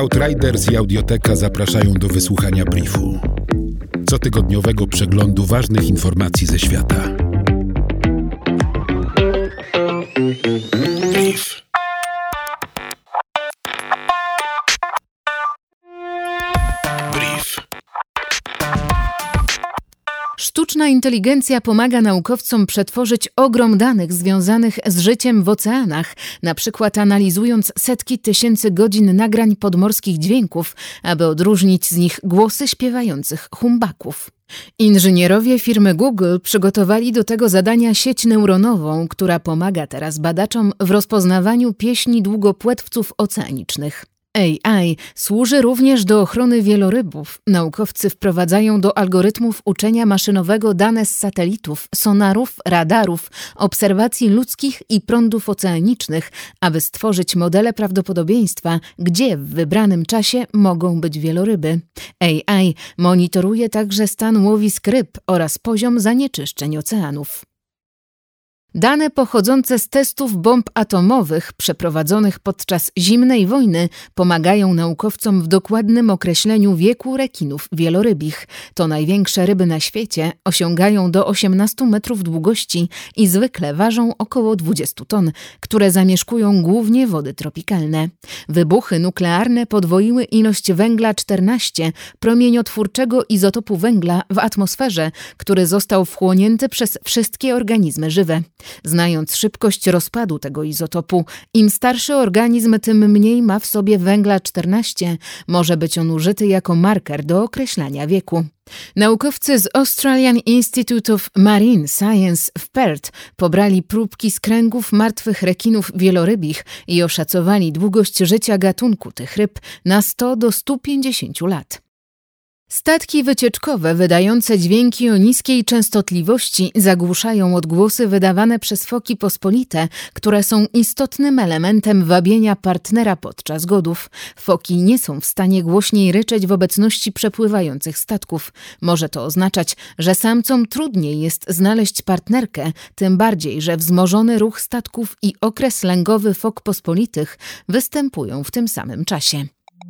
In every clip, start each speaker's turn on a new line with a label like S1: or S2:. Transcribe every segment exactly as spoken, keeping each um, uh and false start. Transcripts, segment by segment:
S1: Outriders i Audioteka zapraszają do wysłuchania briefu. Cotygodniowego przeglądu ważnych informacji ze świata. Brief. Brief.
S2: Sztuczna inteligencja pomaga naukowcom przetworzyć ogrom danych związanych z życiem w oceanach, na przykład analizując setki tysięcy godzin nagrań podmorskich dźwięków, aby odróżnić z nich głosy śpiewających humbaków. Inżynierowie firmy Google przygotowali do tego zadania sieć neuronową, która pomaga teraz badaczom w rozpoznawaniu pieśni długopłetwców oceanicznych. A I służy również do ochrony wielorybów. Naukowcy wprowadzają do algorytmów uczenia maszynowego dane z satelitów, sonarów, radarów, obserwacji ludzkich i prądów oceanicznych, aby stworzyć modele prawdopodobieństwa, gdzie w wybranym czasie mogą być wieloryby. A I monitoruje także stan łowisk ryb oraz poziom zanieczyszczeń oceanów. Dane pochodzące z testów bomb atomowych przeprowadzonych podczas zimnej wojny pomagają naukowcom w dokładnym określeniu wieku rekinów wielorybich. To największe ryby na świecie, osiągają do osiemnastu metrów długości i zwykle ważą około dwadzieścia ton, które zamieszkują głównie wody tropikalne. Wybuchy nuklearne podwoiły ilość węgla czternaście, promieniotwórczego izotopu węgla w atmosferze, który został wchłonięty przez wszystkie organizmy żywe. Znając szybkość rozpadu tego izotopu, im starszy organizm, tym mniej ma w sobie węgla czternaście. Może być on użyty jako marker do określania wieku. Naukowcy z Australian Institute of Marine Science w Perth pobrali próbki z kręgów martwych rekinów wielorybich i oszacowali długość życia gatunku tych ryb na sto do stu pięćdziesięciu lat. Statki wycieczkowe wydające dźwięki o niskiej częstotliwości zagłuszają odgłosy wydawane przez foki pospolite, które są istotnym elementem wabienia partnera podczas godów. Foki nie są w stanie głośniej ryczeć w obecności przepływających statków. Może to oznaczać, że samcom trudniej jest znaleźć partnerkę, tym bardziej, że wzmożony ruch statków i okres lęgowy fok pospolitych występują w tym samym czasie.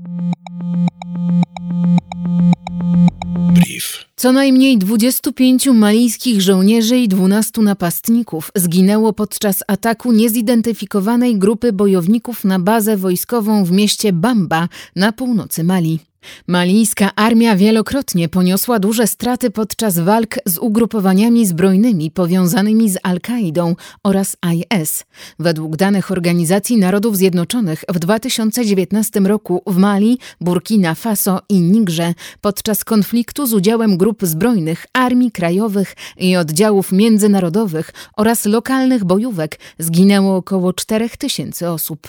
S1: Brief.
S2: Co najmniej dwudziestu pięciu malijskich żołnierzy i dwunastu napastników zginęło podczas ataku niezidentyfikowanej grupy bojowników na bazę wojskową w mieście Bamba na północy Mali. Malijska armia wielokrotnie poniosła duże straty podczas walk z ugrupowaniami zbrojnymi powiązanymi z Al-Kaidą oraz I S. Według danych Organizacji Narodów Zjednoczonych w dwa tysiące dziewiętnastym roku w Mali, Burkina Faso i Nigrze podczas konfliktu z udziałem grup zbrojnych, armii krajowych i oddziałów międzynarodowych oraz lokalnych bojówek zginęło około czterech tysięcy osób.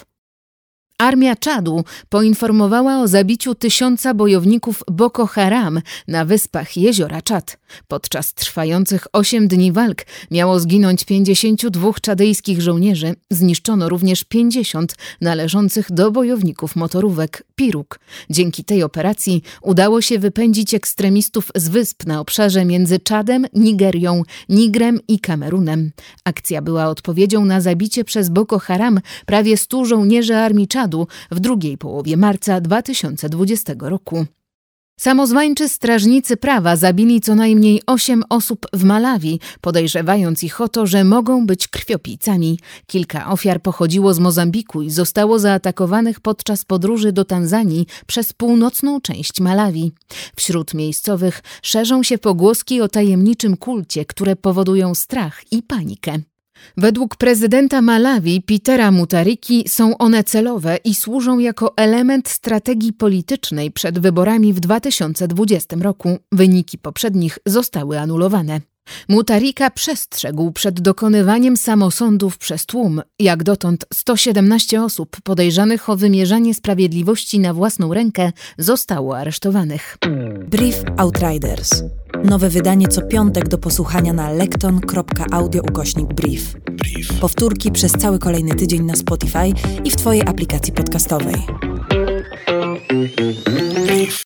S2: Armia Czadu poinformowała o zabiciu tysiąca bojowników Boko Haram na wyspach jeziora Czad. Podczas trwających osiem dni walk miało zginąć pięćdziesięciu dwóch czadyjskich żołnierzy. Zniszczono również pięćdziesiąt należących do bojowników motorówek Piruk. Dzięki tej operacji udało się wypędzić ekstremistów z wysp na obszarze między Czadem, Nigerią, Nigrem i Kamerunem. Akcja była odpowiedzią na zabicie przez Boko Haram prawie stu żołnierzy armii Czadu w drugiej połowie marca dwa tysiące dwudziestego roku. Samozwańczy strażnicy prawa zabili co najmniej osiem osób w Malawi, podejrzewając ich o to, że mogą być krwiopijcami. Kilka ofiar pochodziło z Mozambiku i zostało zaatakowanych podczas podróży do Tanzanii przez północną część Malawi. Wśród miejscowych szerzą się pogłoski o tajemniczym kulcie, które powodują strach i panikę. Według prezydenta Malawi Petera Muthariki są one celowe i służą jako element strategii politycznej przed wyborami w dwa tysiące dwudziestym roku. Wyniki poprzednich zostały anulowane. Mutharika przestrzegł przed dokonywaniem samosądów przez tłum. Jak dotąd sto siedemnaście osób podejrzanych o wymierzanie sprawiedliwości na własną rękę zostało aresztowanych.
S3: Brief Outriders. Nowe wydanie co piątek do posłuchania na lekton kropka audio ukośnik brief.
S1: Brief.
S3: Powtórki przez cały kolejny tydzień na Spotify i w Twojej aplikacji podcastowej.